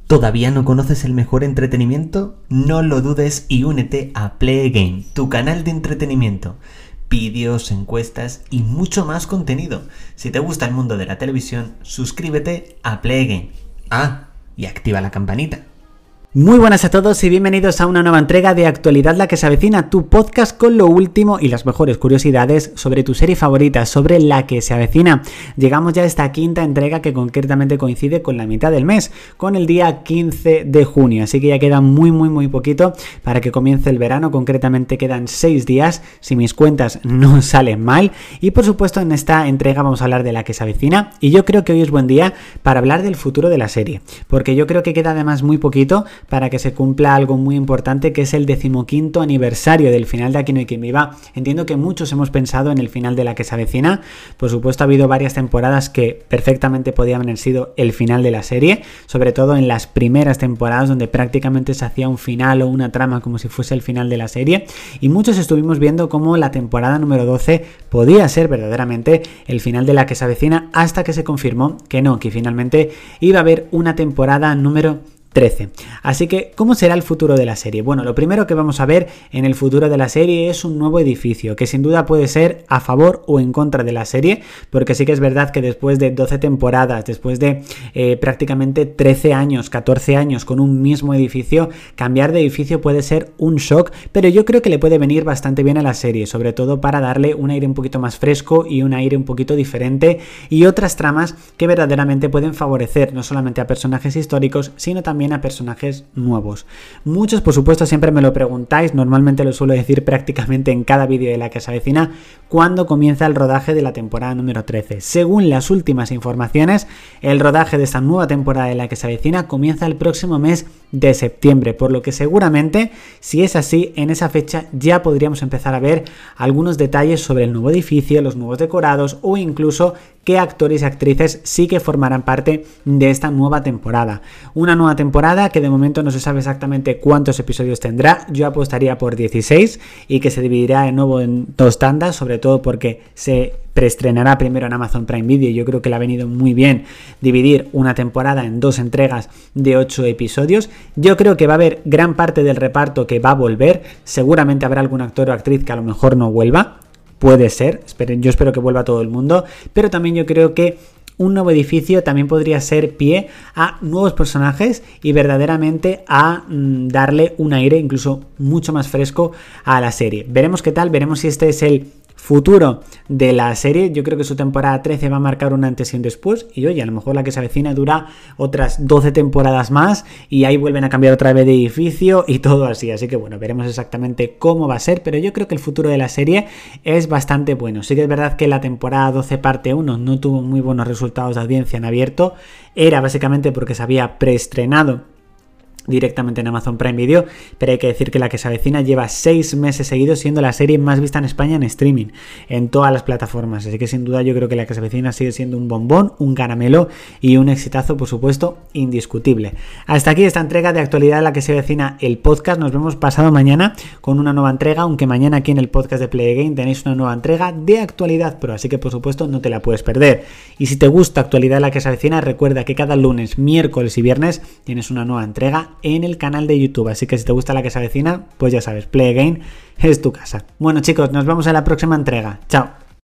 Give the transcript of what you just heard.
¿Todavía no conoces el mejor entretenimiento? No lo dudes y únete a Play Game, tu canal de entretenimiento. Vídeos, encuestas y mucho más contenido. Si te gusta el mundo de la televisión, suscríbete a Play Game. Ah, y activa la campanita. Muy buenas a todos y bienvenidos a una nueva entrega de Actualidad la que se avecina, tu podcast con lo último y las mejores curiosidades sobre tu serie favorita, sobre la que se avecina. Llegamos ya a esta quinta entrega que concretamente coincide con la mitad del mes, con el día 15 de junio, así que ya queda muy poquito para que comience el verano. Concretamente quedan 6 días, si mis cuentas no salen mal, y por supuesto en esta entrega vamos a hablar de la que se avecina, y yo creo que hoy es buen día para hablar del futuro de la serie, porque yo creo que queda además muy poquito para que se cumpla algo muy importante, que es el 15º aniversario del final de Aquí no hay quien viva. Entiendo que muchos hemos pensado en el final de la que se avecina. Por supuesto, ha habido varias temporadas que perfectamente podían haber sido el final de la serie, sobre todo en las primeras temporadas donde prácticamente se hacía un final o una trama como si fuese el final de la serie, y muchos estuvimos viendo cómo la temporada número 12 podía ser verdaderamente el final de la que se avecina, hasta que se confirmó que no, que finalmente iba a haber una temporada número 13. Así que, ¿cómo será el futuro de la serie? Bueno, lo primero que vamos a ver en el futuro de la serie es un nuevo edificio, que sin duda puede ser a favor o en contra de la serie, porque sí que es verdad que después de 12 temporadas, después de prácticamente 13 años, 14 años con un mismo edificio, cambiar de edificio puede ser un shock, pero yo creo que le puede venir bastante bien a la serie, sobre todo para darle un aire un poquito más fresco y un aire un poquito diferente, y otras tramas que verdaderamente pueden favorecer no solamente a personajes históricos, sino también a personajes nuevos. Muchos, por supuesto, siempre me lo preguntáis, normalmente lo suelo decir prácticamente en cada vídeo de la que se avecina, ¿cuándo comienza el rodaje de la temporada número 13? Según las últimas informaciones, el rodaje de esta nueva temporada de la que se avecina comienza el próximo mes de septiembre, por lo que seguramente, si es así, en esa fecha ya podríamos empezar a ver algunos detalles sobre el nuevo edificio, los nuevos decorados o incluso qué actores y actrices sí que formarán parte de esta nueva temporada. Una nueva temporada que de momento no se sabe exactamente cuántos episodios tendrá. Yo apostaría por 16 y que se dividirá de nuevo en 2 tandas, sobre todo porque se preestrenará primero en Amazon Prime Video. Yo creo que le ha venido muy bien dividir una temporada en 2 entregas de 8 episodios. Yo creo que va a haber gran parte del reparto que va a volver. Seguramente habrá algún actor o actriz que a lo mejor no vuelva. Puede ser, yo espero que vuelva todo el mundo, pero también yo creo que un nuevo edificio también podría ser pie a nuevos personajes y verdaderamente a darle un aire incluso mucho más fresco a la serie. Veremos qué tal, veremos si este es el futuro de la serie. Yo creo que su temporada 13 va a marcar un antes y un después, y oye, a lo mejor la que se avecina dura otras 12 temporadas más y ahí vuelven a cambiar otra vez de edificio y todo así, así que bueno, veremos exactamente cómo va a ser, pero yo creo que el futuro de la serie es bastante bueno. Sí que es verdad que la temporada 12 parte 1 no tuvo muy buenos resultados de audiencia en abierto, era básicamente porque se había preestrenado directamente en Amazon Prime Video, pero hay que decir que la que se avecina lleva 6 meses seguidos siendo la serie más vista en España en streaming, en todas las plataformas, así que sin duda yo creo que la que se avecina sigue siendo un bombón, un caramelo y un exitazo, por supuesto, indiscutible. Hasta aquí esta entrega de Actualidad la que se avecina, el podcast. Nos vemos pasado mañana con una nueva entrega, aunque mañana aquí en el podcast de Play Game tenéis una nueva entrega de Actualidad Pro, así que por supuesto no te la puedes perder. Y si te gusta Actualidad la que se avecina, recuerda que cada lunes, miércoles y viernes tienes una nueva entrega en el canal de YouTube, así que si te gusta la que se avecina, pues ya sabes, Play Again es tu casa. Bueno chicos, nos vemos en la próxima entrega. Chao.